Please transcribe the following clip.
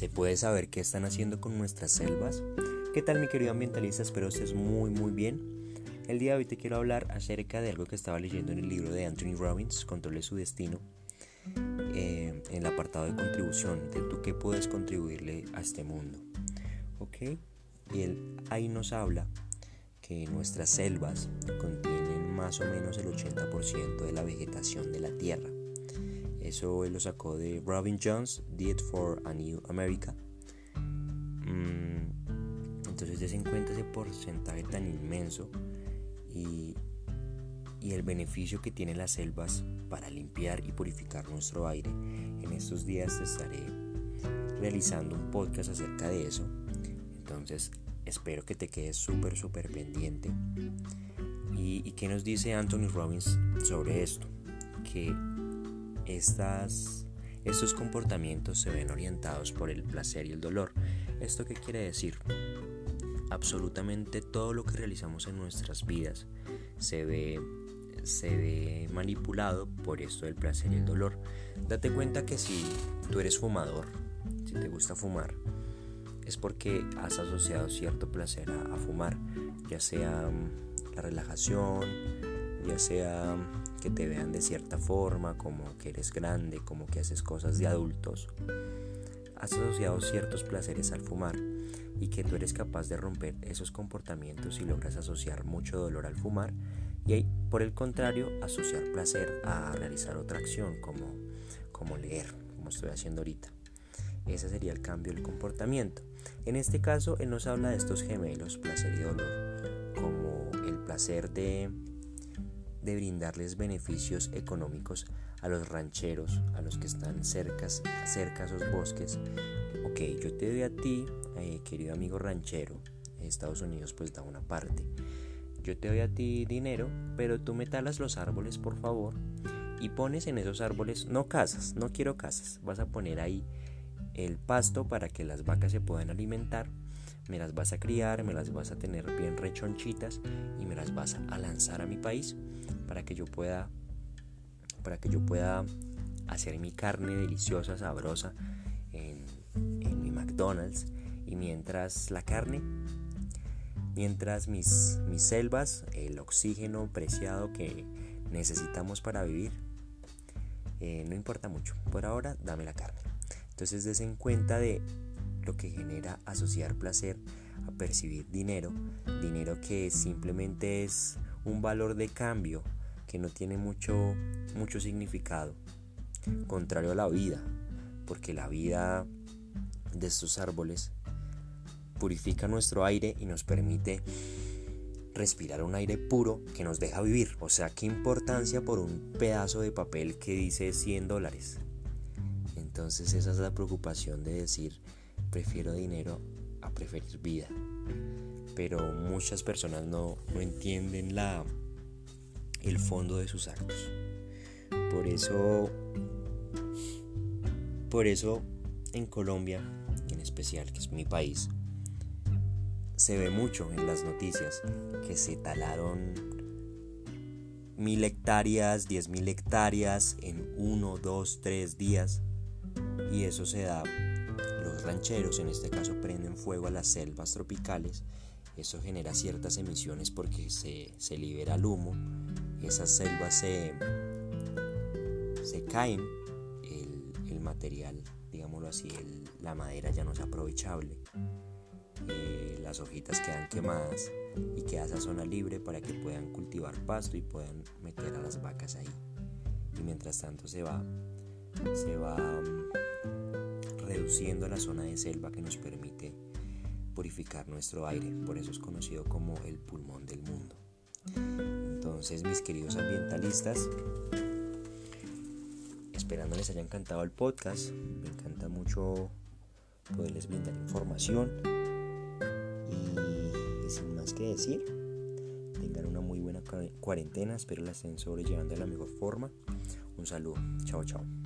¿Se puede saber qué están haciendo con nuestras selvas? ¿Qué tal, mi querido ambientalista? Espero estés muy bien. El día de hoy te quiero hablar acerca de algo que estaba leyendo en el libro de Anthony Robbins, Controle su destino, en el apartado de contribución, de tú qué puedes contribuirle a este mundo. ¿Ok? Y él ahí nos habla que nuestras selvas contienen más o menos el 80% de la vegetación de la Tierra. Eso él lo sacó de Robin Jones, Diet for a New America. Entonces des en cuenta ese porcentaje tan inmenso y el beneficio que tienen las selvas para limpiar y purificar nuestro aire. En estos días te estaré realizando un podcast acerca de eso. Entonces espero que te quedes súper pendiente. ¿Y qué nos dice Anthony Robbins sobre esto? Que estos comportamientos se ven orientados por el placer y el dolor. ¿Esto qué quiere decir? Absolutamente todo lo que realizamos en nuestras vidas se ve manipulado por esto del placer y el dolor. Date cuenta que si tú eres fumador, si te gusta fumar, es porque has asociado cierto placer a fumar, ya sea la relajación, ya sea que te vean de cierta forma, como que eres grande, como que haces cosas de adultos. Has asociado ciertos placeres al fumar y que tú eres capaz de romper esos comportamientos y logras asociar mucho dolor al fumar y por el contrario asociar placer a realizar otra acción como leer, como estoy haciendo ahorita. Ese sería el cambio del comportamiento. En este caso él nos habla de estos gemelos, placer y dolor, como el placer de brindarles beneficios económicos a los rancheros, a los que están cerca a esos bosques. Ok, yo te doy a ti, querido amigo ranchero, Estados Unidos pues da una parte. Yo te doy a ti dinero, pero tú me talas los árboles, por favor, y pones en esos árboles, no casas, no quiero casas, vas a poner ahí el pasto para que las vacas se puedan alimentar, me las vas a criar, me las vas a tener bien rechonchitas y me las vas a lanzar a mi país para que yo pueda hacer mi carne deliciosa, sabrosa en mi McDonald's. Y mientras mis selvas, el oxígeno preciado que necesitamos para vivir, no importa mucho, por ahora dame la carne. Entonces des en cuenta de lo que genera asociar placer a percibir dinero que simplemente es un valor de cambio que no tiene mucho significado, contrario a la vida, porque la vida de estos árboles purifica nuestro aire y nos permite respirar un aire puro que nos deja vivir. O sea, ¿qué importancia por un pedazo de papel que dice $100? Entonces esa es la preocupación de decir, prefiero dinero a preferir vida. Pero muchas personas no entienden el fondo de sus actos. Por eso en Colombia, en especial, que es mi país, se ve mucho en las noticias que se talaron 1,000 hectáreas, 10,000 hectáreas en 1, 2, 3 días. Y eso se da, los rancheros en este caso prenden fuego a las selvas tropicales. Eso genera ciertas emisiones porque se libera el humo. Esas selvas se caen, el material, digámoslo así, la madera ya no es aprovechable. Las hojitas quedan quemadas y queda esa zona libre para que puedan cultivar pasto y puedan meter a las vacas ahí. Y mientras tanto se va reduciendo la zona de selva que nos permite purificar nuestro aire. Por eso es conocido como el pulmón del mundo. Entonces, mis queridos ambientalistas, esperando les haya encantado el podcast. Me encanta mucho poderles brindar información y sin más que decir, tengan una muy buena cuarentena. Espero la estén sobrellevando de la mejor forma. Un saludo, chao.